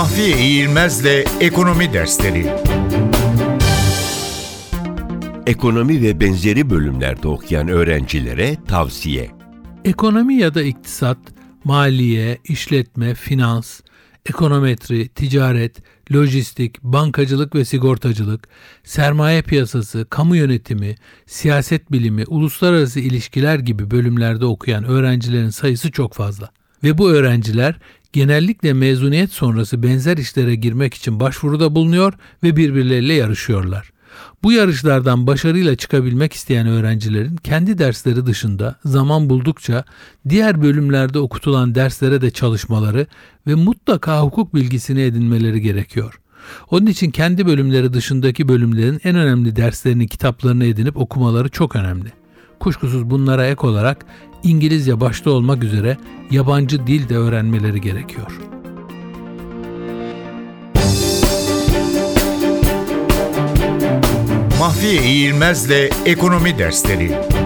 Mahfiye İğilmez'le Ekonomi Dersleri. Ekonomi ve benzeri bölümlerde okuyan öğrencilere tavsiye. Ekonomi ya da iktisat, maliye, işletme, finans, ekonometri, ticaret, lojistik, bankacılık ve sigortacılık, sermaye piyasası, kamu yönetimi, siyaset bilimi, uluslararası ilişkiler gibi bölümlerde okuyan öğrencilerin sayısı çok fazla. Ve bu öğrenciler genellikle mezuniyet sonrası benzer işlere girmek için başvuruda bulunuyor ve birbirleriyle yarışıyorlar. Bu yarışlardan başarıyla çıkabilmek isteyen öğrencilerin kendi dersleri dışında zaman buldukça diğer bölümlerde okutulan derslere de çalışmaları ve mutlaka hukuk bilgisini edinmeleri gerekiyor. Onun için kendi bölümleri dışındaki bölümlerin en önemli derslerini, kitaplarını edinip okumaları çok önemli. Kuşkusuz bunlara ek olarak İngilizce başta olmak üzere yabancı dil de öğrenmeleri gerekiyor. Mahfiye İğilmez'le Ekonomi Dersleri.